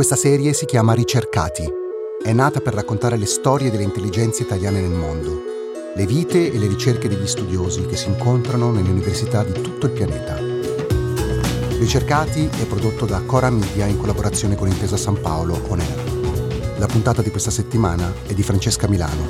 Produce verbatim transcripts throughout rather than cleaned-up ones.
Questa serie si chiama Ricercati. È nata per raccontare le storie delle intelligenze italiane nel mondo, le vite e le ricerche degli studiosi che si incontrano nelle università di tutto il pianeta. Ricercati è prodotto da Cora Media in collaborazione con Intesa San Paolo On Air. La puntata di questa settimana è di Francesca Milano.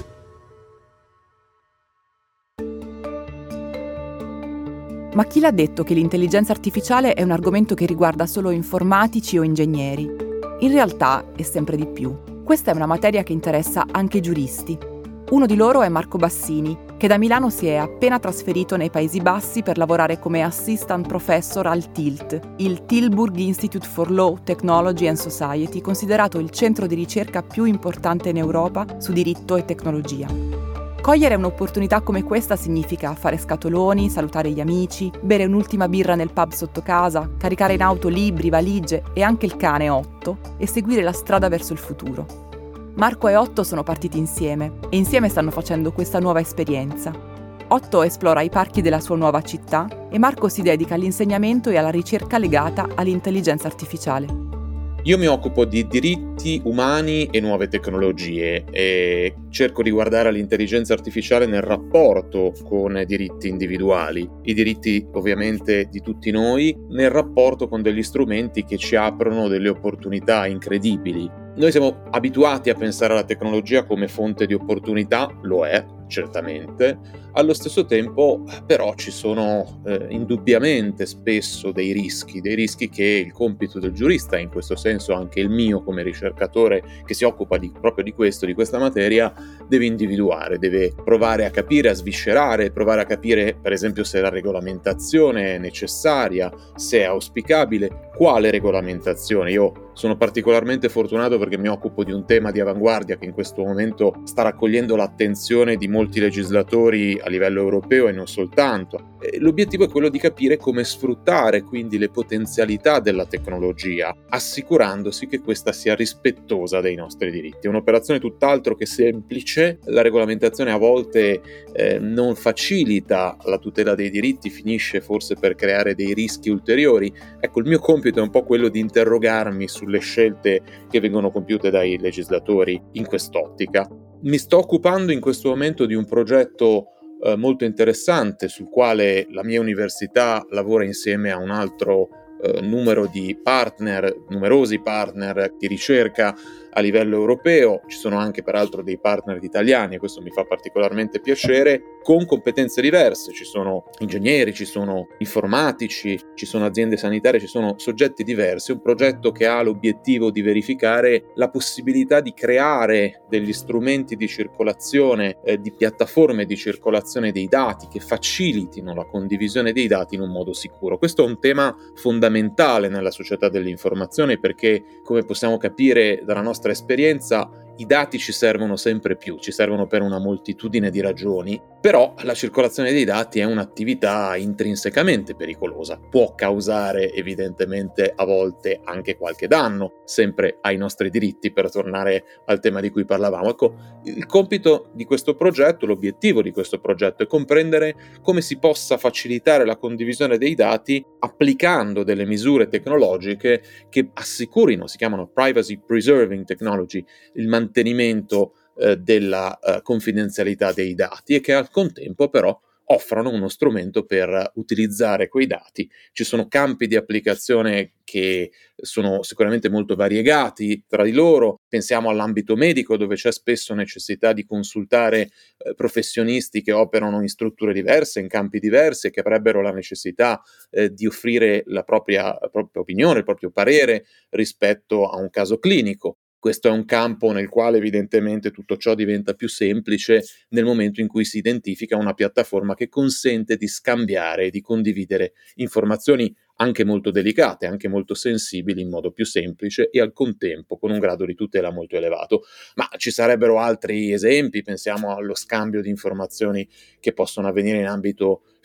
Ma chi l'ha detto che l'intelligenza artificiale è un argomento che riguarda solo informatici o ingegneri? In realtà è sempre di più. Questa è una materia che interessa anche i giuristi. Uno di loro è Marco Bassini, che da Milano si è appena trasferito nei Paesi Bassi per lavorare come assistant professor al T I L T, il Tilburg Institute for Law, Technology and Society, considerato il centro di ricerca più importante in Europa su diritto e tecnologia. Cogliere un'opportunità come questa significa fare scatoloni, salutare gli amici, bere un'ultima birra nel pub sotto casa, caricare in auto libri, valigie e anche il cane Otto e seguire la strada verso il futuro. Marco e Otto sono partiti insieme e insieme stanno facendo questa nuova esperienza. Otto esplora i parchi della sua nuova città e Marco si dedica all'insegnamento e alla ricerca legata all'intelligenza artificiale. Io mi occupo di diritti umani e nuove tecnologie e cerco di guardare all'intelligenza artificiale nel rapporto con i diritti individuali, i diritti ovviamente di tutti noi, nel rapporto con degli strumenti che ci aprono delle opportunità incredibili. Noi siamo abituati a pensare alla tecnologia come fonte di opportunità, lo è, certamente. Allo stesso tempo, però, ci sono eh, indubbiamente spesso dei rischi, dei rischi che il compito del giurista, in questo senso anche il mio come ricercatore che si occupa di, proprio di questo, di questa materia, deve individuare, deve provare a capire, a sviscerare, provare a capire, per esempio, se la regolamentazione è necessaria, se è auspicabile, quale regolamentazione. Io sono particolarmente fortunato perché mi occupo di un tema di avanguardia che in questo momento sta raccogliendo l'attenzione di molti legislatori a livello europeo e non soltanto. L'obiettivo è quello di capire come sfruttare quindi le potenzialità della tecnologia, assicurandosi che questa sia rispettosa dei nostri diritti. È un'operazione tutt'altro che semplice, la regolamentazione a volte eh, non facilita la tutela dei diritti, finisce forse per creare dei rischi ulteriori. Ecco, il mio compito è un po' quello di interrogarmi sulle scelte che vengono compiute dai legislatori in quest'ottica. Mi sto occupando in questo momento di un progetto eh, molto interessante sul quale la mia università lavora insieme a un altro eh, numero di partner, numerosi partner di ricerca a livello europeo. Ci sono anche peraltro dei partner italiani e questo mi fa particolarmente piacere, con competenze diverse. Ci sono ingegneri, ci sono informatici, ci sono aziende sanitarie, ci sono soggetti diversi. Un progetto che ha l'obiettivo di verificare la possibilità di creare degli strumenti di circolazione, eh, di piattaforme di circolazione dei dati che facilitino la condivisione dei dati in un modo sicuro. Questo è un tema fondamentale nella società dell'informazione perché, come possiamo capire dalla nostra esperienza, i dati ci servono sempre più, ci servono per una moltitudine di ragioni, però la circolazione dei dati è un'attività intrinsecamente pericolosa, può causare evidentemente a volte anche qualche danno, sempre ai nostri diritti, per tornare al tema di cui parlavamo. Ecco, il compito di questo progetto, l'obiettivo di questo progetto è comprendere come si possa facilitare la condivisione dei dati applicando delle misure tecnologiche che assicurino, si chiamano privacy preserving technology, il mantenimento eh, della eh, confidenzialità dei dati e che al contempo però offrono uno strumento per utilizzare quei dati. Ci sono campi di applicazione che sono sicuramente molto variegati tra di loro. Pensiamo all'ambito medico, dove c'è spesso necessità di consultare eh, professionisti che operano in strutture diverse, in campi diversi e che avrebbero la necessità eh, di offrire la propria, la propria opinione, il proprio parere rispetto a un caso clinico. Questo è un campo nel quale evidentemente tutto ciò diventa più semplice nel momento in cui si identifica una piattaforma che consente di scambiare e di condividere informazioni anche molto delicate, anche molto sensibili in modo più semplice e al contempo con un grado di tutela molto elevato. Ma ci sarebbero altri esempi, pensiamo allo scambio di informazioni che possono avvenire in ambito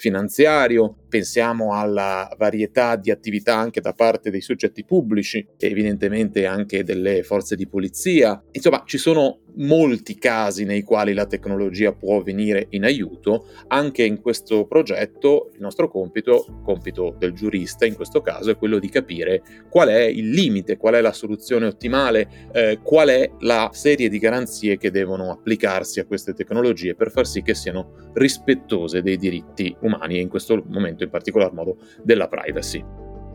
finanziario, pensiamo alla varietà di attività anche da parte dei soggetti pubblici e evidentemente anche delle forze di polizia. Insomma, ci sono molti casi nei quali la tecnologia può venire in aiuto. Anche in questo progetto il nostro compito, compito del giurista in questo caso, è quello di capire qual è il limite, qual è la soluzione ottimale, eh, qual è la serie di garanzie che devono applicarsi a queste tecnologie per far sì che siano rispettose dei diritti umani e in questo momento in particolar modo della privacy.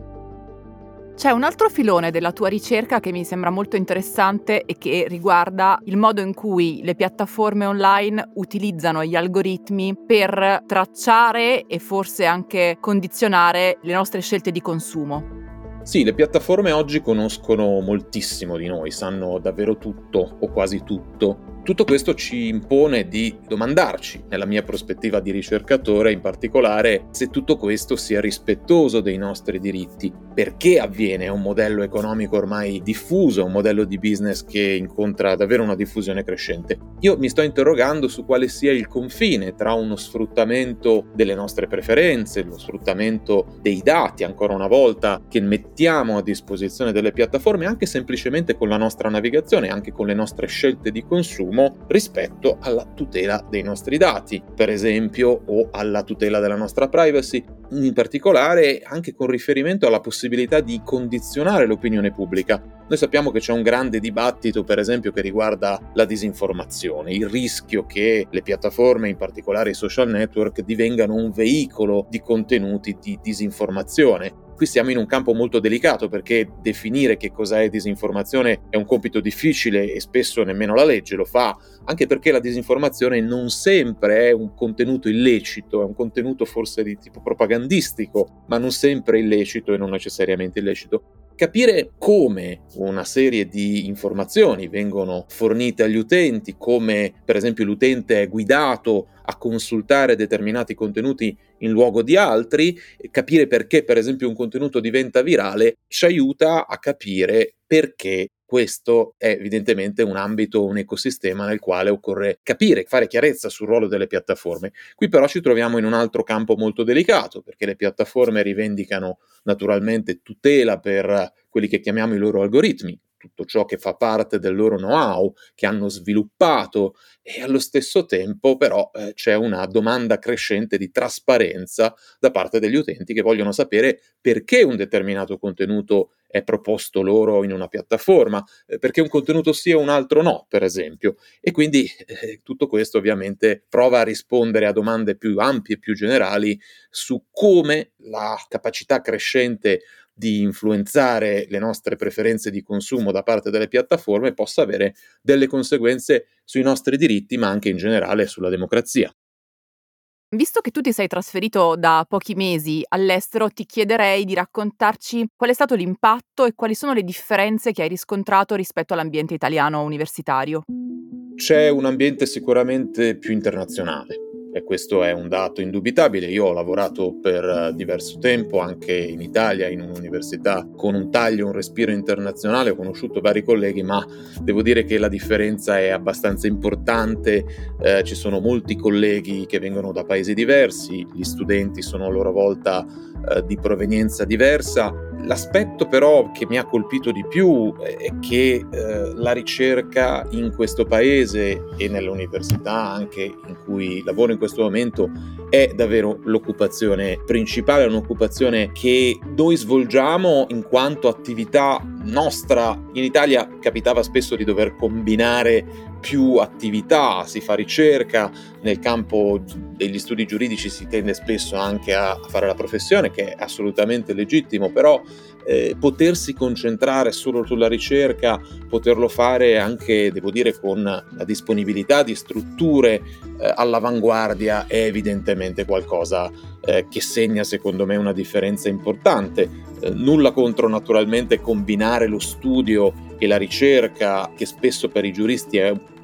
C'è un altro filone della tua ricerca che mi sembra molto interessante e che riguarda il modo in cui le piattaforme online utilizzano gli algoritmi per tracciare e forse anche condizionare le nostre scelte di consumo. Sì, le piattaforme oggi conoscono moltissimo di noi, sanno davvero tutto o quasi tutto. Tutto questo ci impone di domandarci, nella mia prospettiva di ricercatore in particolare, se tutto questo sia rispettoso dei nostri diritti. Perché avviene? È un modello economico ormai diffuso, un modello di business che incontra davvero una diffusione crescente. Io mi sto interrogando su quale sia il confine tra uno sfruttamento delle nostre preferenze, lo sfruttamento dei dati, ancora una volta, che mettiamo a disposizione delle piattaforme, anche semplicemente con la nostra navigazione, anche con le nostre scelte di consumo, rispetto alla tutela dei nostri dati, per esempio, o alla tutela della nostra privacy, in particolare anche con riferimento alla possibilità di condizionare l'opinione pubblica. Noi sappiamo che c'è un grande dibattito, per esempio, che riguarda la disinformazione, il rischio che le piattaforme, in particolare i social network, divengano un veicolo di contenuti di disinformazione. Qui siamo in un campo molto delicato perché definire che cosa è disinformazione è un compito difficile e spesso nemmeno la legge lo fa, anche perché la disinformazione non sempre è un contenuto illecito, è un contenuto forse di tipo propagandistico, ma non sempre illecito e non necessariamente illecito. Capire come una serie di informazioni vengono fornite agli utenti, come per esempio l'utente è guidato a consultare determinati contenuti in luogo di altri, capire perché per esempio un contenuto diventa virale, ci aiuta a capire perché questo è evidentemente un ambito, un ecosistema nel quale occorre capire, fare chiarezza sul ruolo delle piattaforme. Qui però ci troviamo in un altro campo molto delicato, perché le piattaforme rivendicano naturalmente tutela per quelli che chiamiamo i loro algoritmi, tutto ciò che fa parte del loro know-how, che hanno sviluppato, e allo stesso tempo però eh, c'è una domanda crescente di trasparenza da parte degli utenti che vogliono sapere perché un determinato contenuto è proposto loro in una piattaforma, eh, perché un contenuto sì e un altro no, per esempio. E quindi eh, tutto questo ovviamente prova a rispondere a domande più ampie, più generali su come la capacità crescente di influenzare le nostre preferenze di consumo da parte delle piattaforme possa avere delle conseguenze sui nostri diritti, ma anche in generale sulla democrazia. Visto che tu ti sei trasferito da pochi mesi all'estero, ti chiederei di raccontarci qual è stato l'impatto e quali sono le differenze che hai riscontrato rispetto all'ambiente italiano universitario. C'è un ambiente sicuramente più internazionale. E questo è un dato indubitabile. Io ho lavorato per diverso tempo anche in Italia, in un'università con un taglio, un respiro internazionale, ho conosciuto vari colleghi, ma devo dire che la differenza è abbastanza importante. Eh, ci sono molti colleghi che vengono da paesi diversi, gli studenti sono a loro volta eh, di provenienza diversa. L'aspetto però che mi ha colpito di più è che eh, la ricerca in questo paese e nelle università anche in cui lavoro in questo momento è davvero l'occupazione principale, è un'occupazione che noi svolgiamo in quanto attività nostra. In Italia capitava spesso di dover combinare più attività, si fa ricerca, nel campo degli studi giuridici si tende spesso anche a fare la professione, che è assolutamente legittimo, però eh, potersi concentrare solo sulla ricerca, poterlo fare anche, devo dire, con la disponibilità di strutture eh, all'avanguardia è evidentemente qualcosa eh, che segna secondo me una differenza importante. Eh, nulla contro naturalmente combinare lo studio e la ricerca, che spesso per i giuristi è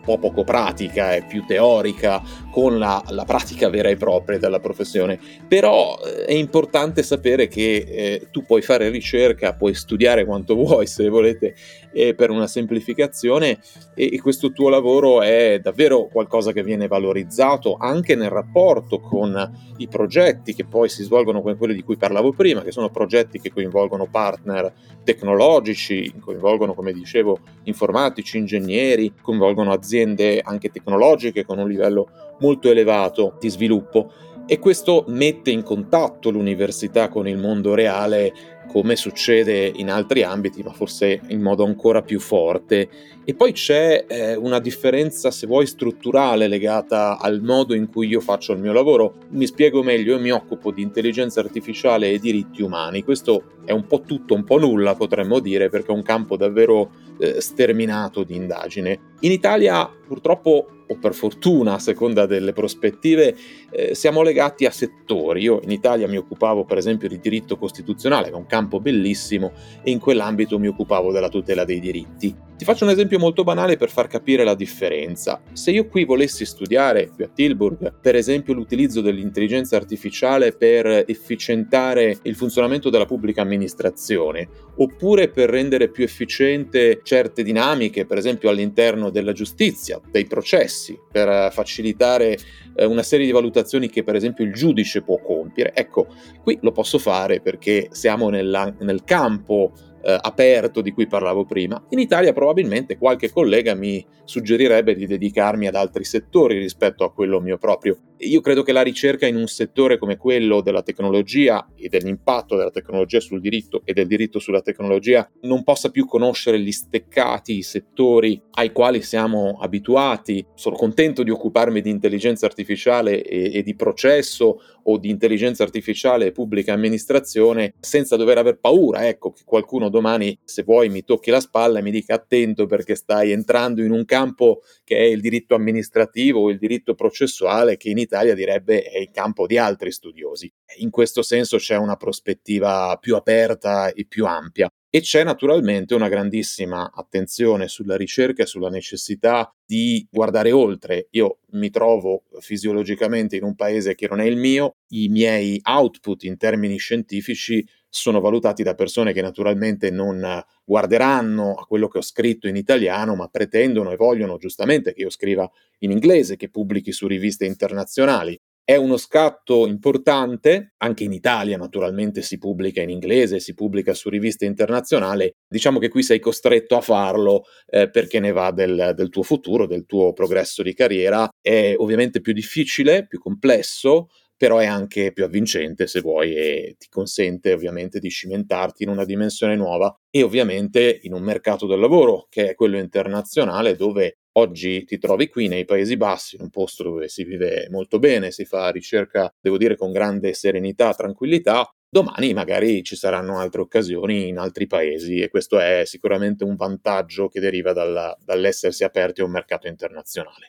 po' poco pratica, è più teorica, con la, la pratica vera e propria della professione. Però eh, è importante sapere che eh, tu puoi fare ricerca, puoi studiare quanto vuoi, se volete, eh, per una semplificazione, e, e questo tuo lavoro è davvero qualcosa che viene valorizzato anche nel rapporto con i progetti che poi si svolgono come quelli di cui parlavo prima, che sono progetti che coinvolgono partner tecnologici, coinvolgono, come dicevo, informatici, ingegneri, coinvolgono aziende anche tecnologiche con un livello molto elevato di sviluppo, e questo mette in contatto l'università con il mondo reale, come succede in altri ambiti, ma forse in modo ancora più forte. E poi c'è eh, una differenza, se vuoi, strutturale legata al modo in cui io faccio il mio lavoro. Mi spiego meglio: io mi occupo di intelligenza artificiale e diritti umani. Questo è un po' tutto, un po' nulla, potremmo dire, perché è un campo davvero eh, sterminato di indagine. In Italia, purtroppo, o per fortuna, a seconda delle prospettive, eh, siamo legati a settori. Io in Italia mi occupavo, per esempio, di diritto costituzionale, che è un campo bellissimo, e in quell'ambito mi occupavo della tutela dei diritti. Ti faccio un esempio molto banale per far capire la differenza. Se io qui volessi studiare, qui a Tilburg, per esempio l'utilizzo dell'intelligenza artificiale per efficientare il funzionamento della pubblica amministrazione, oppure per rendere più efficiente certe dinamiche, per esempio all'interno della giustizia, dei processi, per facilitare eh, una serie di valutazioni che per esempio il giudice può compiere, ecco, qui lo posso fare perché siamo nella, nel campo Eh, aperto di cui parlavo prima. In Italia probabilmente qualche collega mi suggerirebbe di dedicarmi ad altri settori rispetto a quello mio proprio. Io credo che la ricerca in un settore come quello della tecnologia e dell'impatto della tecnologia sul diritto e del diritto sulla tecnologia non possa più conoscere gli steccati, i settori ai quali siamo abituati. Sono contento di occuparmi di intelligenza artificiale e, e di processo, o di intelligenza artificiale e pubblica amministrazione, senza dover aver paura, ecco, che qualcuno domani, se vuoi, mi tocchi la spalla e mi dica: attento, perché stai entrando in un campo che è il diritto amministrativo o il diritto processuale, che in Italia direbbe è il campo di altri studiosi. In questo senso c'è una prospettiva più aperta e più ampia. E c'è naturalmente una grandissima attenzione sulla ricerca e sulla necessità di guardare oltre. Io mi trovo fisiologicamente in un paese che non è il mio, i miei output in termini scientifici sono valutati da persone che naturalmente non guarderanno a quello che ho scritto in italiano, ma pretendono e vogliono giustamente che io scriva in inglese, che pubblichi su riviste internazionali. È uno scatto importante, anche in Italia naturalmente si pubblica in inglese, si pubblica su riviste internazionali. Diciamo che qui sei costretto a farlo eh, perché ne va del, del tuo futuro, del tuo progresso di carriera. È ovviamente più difficile, più complesso, però è anche più avvincente, se vuoi, e ti consente ovviamente di cimentarti in una dimensione nuova, e ovviamente in un mercato del lavoro che è quello internazionale, dove oggi ti trovi qui nei Paesi Bassi, in un posto dove si vive molto bene, si fa ricerca, devo dire, con grande serenità, tranquillità. Domani magari ci saranno altre occasioni in altri paesi, e questo è sicuramente un vantaggio che deriva dalla, dall'essersi aperti a un mercato internazionale.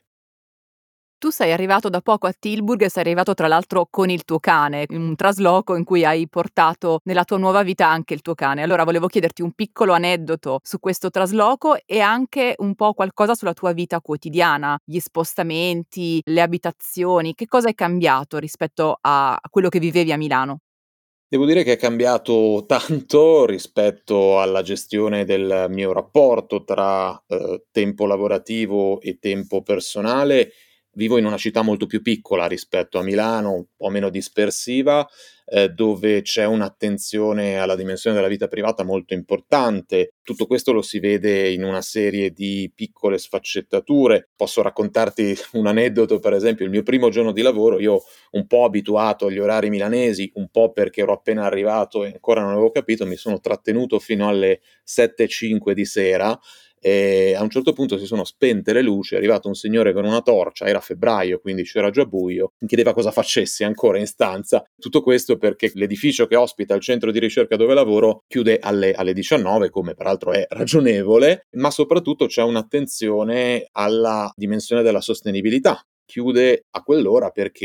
Tu sei arrivato da poco a Tilburg e sei arrivato tra l'altro con il tuo cane, in un trasloco in cui hai portato nella tua nuova vita anche il tuo cane. Allora volevo chiederti un piccolo aneddoto su questo trasloco e anche un po' qualcosa sulla tua vita quotidiana, gli spostamenti, le abitazioni, che cosa è cambiato rispetto a quello che vivevi a Milano? Devo dire che è cambiato tanto rispetto alla gestione del mio rapporto tra eh, tempo lavorativo e tempo personale. Vivo in una città molto più piccola rispetto a Milano, un po' meno dispersiva, eh, dove c'è un'attenzione alla dimensione della vita privata molto importante. Tutto questo lo si vede in una serie di piccole sfaccettature. Posso raccontarti un aneddoto, per esempio: il mio primo giorno di lavoro, io un po' abituato agli orari milanesi, un po' perché ero appena arrivato e ancora non avevo capito, mi sono trattenuto fino alle sette e cinque di sera. E a un certo punto si sono spente le luci, è arrivato un signore con una torcia, era febbraio, quindi c'era già buio, mi chiedeva cosa facessi ancora in stanza. Tutto questo perché l'edificio che ospita il centro di ricerca dove lavoro chiude alle, alle diciannove, come peraltro è ragionevole, ma soprattutto c'è un'attenzione alla dimensione della sostenibilità. Chiude a quell'ora perché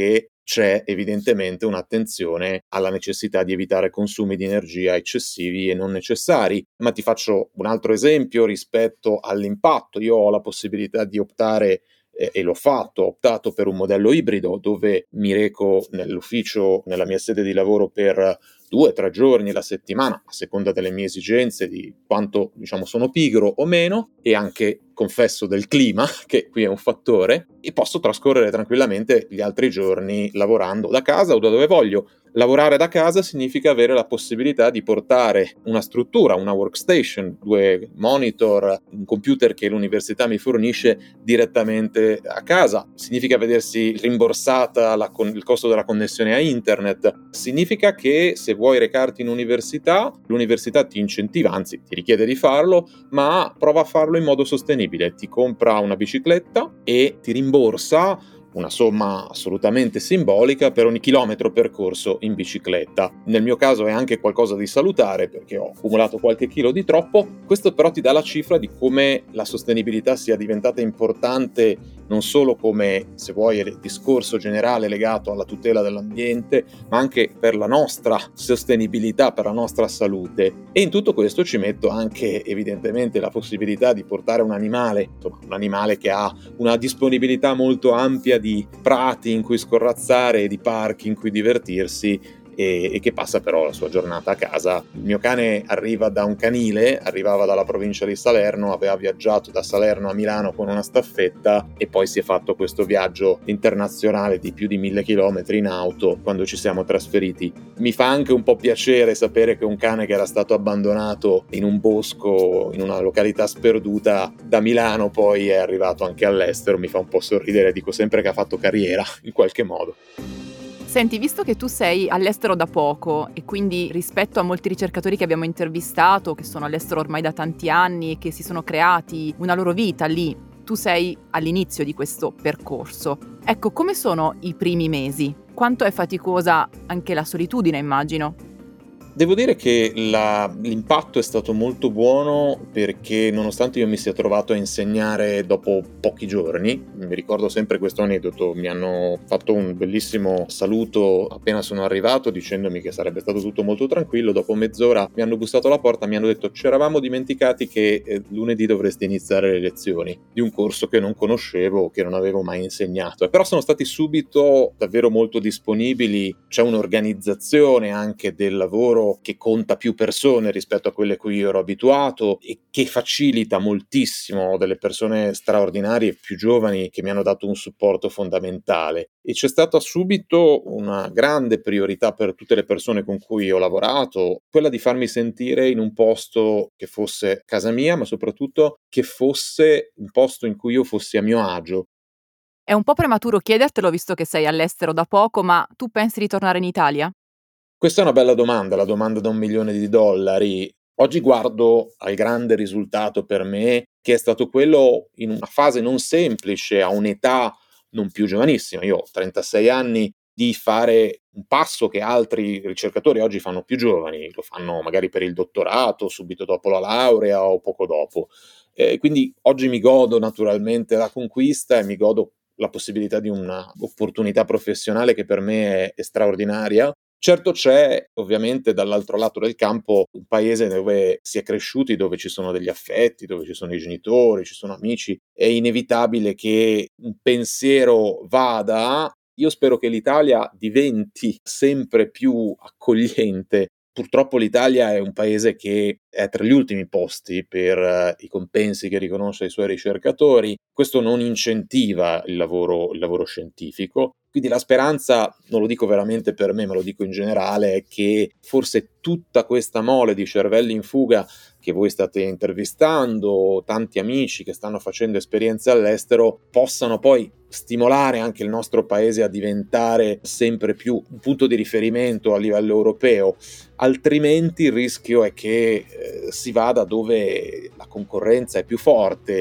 c'è evidentemente un'attenzione alla necessità di evitare consumi di energia eccessivi e non necessari. Ma ti faccio un altro esempio rispetto all'impatto. Io ho la possibilità di optare eh, e l'ho fatto, ho optato per un modello ibrido dove mi reco nell'ufficio, nella mia sede di lavoro per due o tre giorni la settimana, a seconda delle mie esigenze, di quanto diciamo sono pigro o meno, e anche confesso del clima, che qui è un fattore, e posso trascorrere tranquillamente gli altri giorni lavorando da casa o da dove voglio. Lavorare da casa significa avere la possibilità di portare una struttura, una workstation, due monitor, un computer che l'università mi fornisce direttamente a casa. Significa vedersi rimborsata la con- il costo della connessione a internet. Significa che se vuoi recarti in università, l'università ti incentiva, anzi ti richiede di farlo, ma prova a farlo in modo sostenibile. Ti compra una bicicletta e ti rimborsa una somma assolutamente simbolica per ogni chilometro percorso in bicicletta. Nel mio caso è anche qualcosa di salutare perché ho accumulato qualche chilo di troppo. Questo però ti dà la cifra di come la sostenibilità sia diventata importante non solo come, se vuoi, il discorso generale legato alla tutela dell'ambiente, ma anche per la nostra sostenibilità, per la nostra salute. E in tutto questo ci metto anche evidentemente la possibilità di portare un animale, insomma un animale che ha una disponibilità molto ampia di prati in cui scorrazzare e di parchi in cui divertirsi, e, e che passa però la sua giornata a casa. Il mio cane arriva da un canile, arrivava dalla provincia di Salerno, aveva viaggiato da Salerno a Milano con una staffetta e poi si è fatto questo viaggio internazionale di più di mille chilometri in auto quando ci siamo trasferiti. Mi fa anche un po' piacere sapere che un cane che era stato abbandonato in un bosco, in una località sperduta, da Milano poi è arrivato anche all'estero. Mi fa un po' sorridere, dico sempre che ha fatto carriera in qualche modo. Senti, visto che tu sei all'estero da poco e quindi rispetto a molti ricercatori che abbiamo intervistato, che sono all'estero ormai da tanti anni e che si sono creati una loro vita lì, tu sei all'inizio di questo percorso. Ecco, come sono i primi mesi? Quanto è faticosa anche la solitudine, immagino? Devo dire che la, l'impatto è stato molto buono perché nonostante io mi sia trovato a insegnare dopo pochi giorni, mi ricordo sempre questo aneddoto, mi hanno fatto un bellissimo saluto appena sono arrivato dicendomi che sarebbe stato tutto molto tranquillo. Dopo mezz'ora mi hanno bussato alla porta, mi hanno detto ci eravamo dimenticati che eh, lunedì dovresti iniziare le lezioni di un corso che non conoscevo, che non avevo mai insegnato, però sono stati subito davvero molto disponibili. C'è un'organizzazione anche del lavoro che conta più persone rispetto a quelle a cui io ero abituato e che facilita moltissimo. Delle persone straordinarie, più giovani, che mi hanno dato un supporto fondamentale. E c'è stata subito una grande priorità per tutte le persone con cui ho lavorato, quella di farmi sentire in un posto che fosse casa mia, ma soprattutto che fosse un posto in cui io fossi a mio agio. È un po' prematuro chiedertelo visto che sei all'estero da poco, ma tu pensi di tornare in Italia? Questa è una bella domanda, la domanda da un milione di dollari. Oggi guardo al grande risultato per me, che è stato quello in una fase non semplice, a un'età non più giovanissima, io ho trentasei anni, di fare un passo che altri ricercatori oggi fanno più giovani, lo fanno magari per il dottorato, subito dopo la laurea o poco dopo. E quindi oggi mi godo naturalmente la conquista e mi godo la possibilità di una opportunità professionale che per me è, è straordinaria. Certo c'è ovviamente dall'altro lato del campo un paese dove si è cresciuti, dove ci sono degli affetti, dove ci sono i genitori, ci sono amici. È inevitabile che un pensiero vada. Io spero che l'Italia diventi sempre più accogliente. Purtroppo l'Italia è un paese che è tra gli ultimi posti per eh, i compensi che riconosce ai suoi ricercatori. Questo non incentiva il lavoro, il lavoro scientifico. Quindi la speranza, non lo dico veramente per me, ma lo dico in generale, è che forse tutta questa mole di cervelli in fuga che voi state intervistando, tanti amici che stanno facendo esperienze all'estero, possano poi stimolare anche il nostro paese a diventare sempre più un punto di riferimento a livello europeo. Altrimenti il rischio è che eh, si vada dove la concorrenza è più forte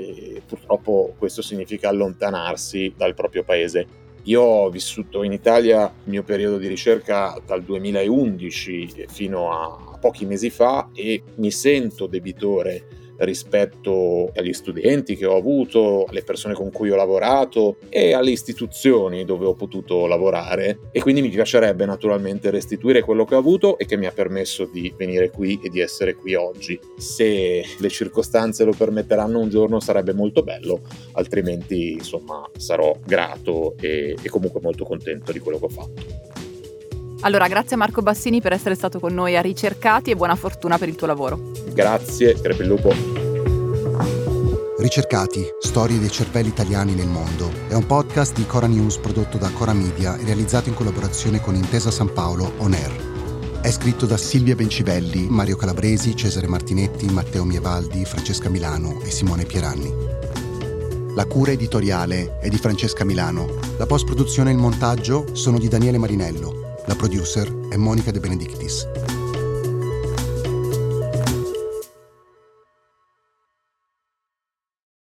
e purtroppo questo significa allontanarsi dal proprio paese. Io ho vissuto in Italia il mio periodo di ricerca dal duemilaundici fino a pochi mesi fa e mi sento debitore rispetto agli studenti che ho avuto, alle persone con cui ho lavorato e alle istituzioni dove ho potuto lavorare, e quindi mi piacerebbe naturalmente restituire quello che ho avuto e che mi ha permesso di venire qui e di essere qui oggi. Se le circostanze lo permetteranno un giorno sarebbe molto bello, altrimenti insomma sarò grato e, e comunque molto contento di quello che ho fatto. Allora, grazie a Marco Bassini per essere stato con noi a Ricercati e buona fortuna per il tuo lavoro. Grazie, crepi il lupo. Ricercati, storie dei cervelli italiani nel mondo è un podcast di Cora News prodotto da Cora Media e realizzato in collaborazione con Intesa San Paolo On Air. È scritto da Silvia Bencivelli, Mario Calabresi, Cesare Martinetti, Matteo Mievaldi, Francesca Milano e Simone Pieranni. La cura editoriale è di Francesca Milano. La post-produzione e il montaggio sono di Daniele Marinello. La producer è Monica De Benedictis.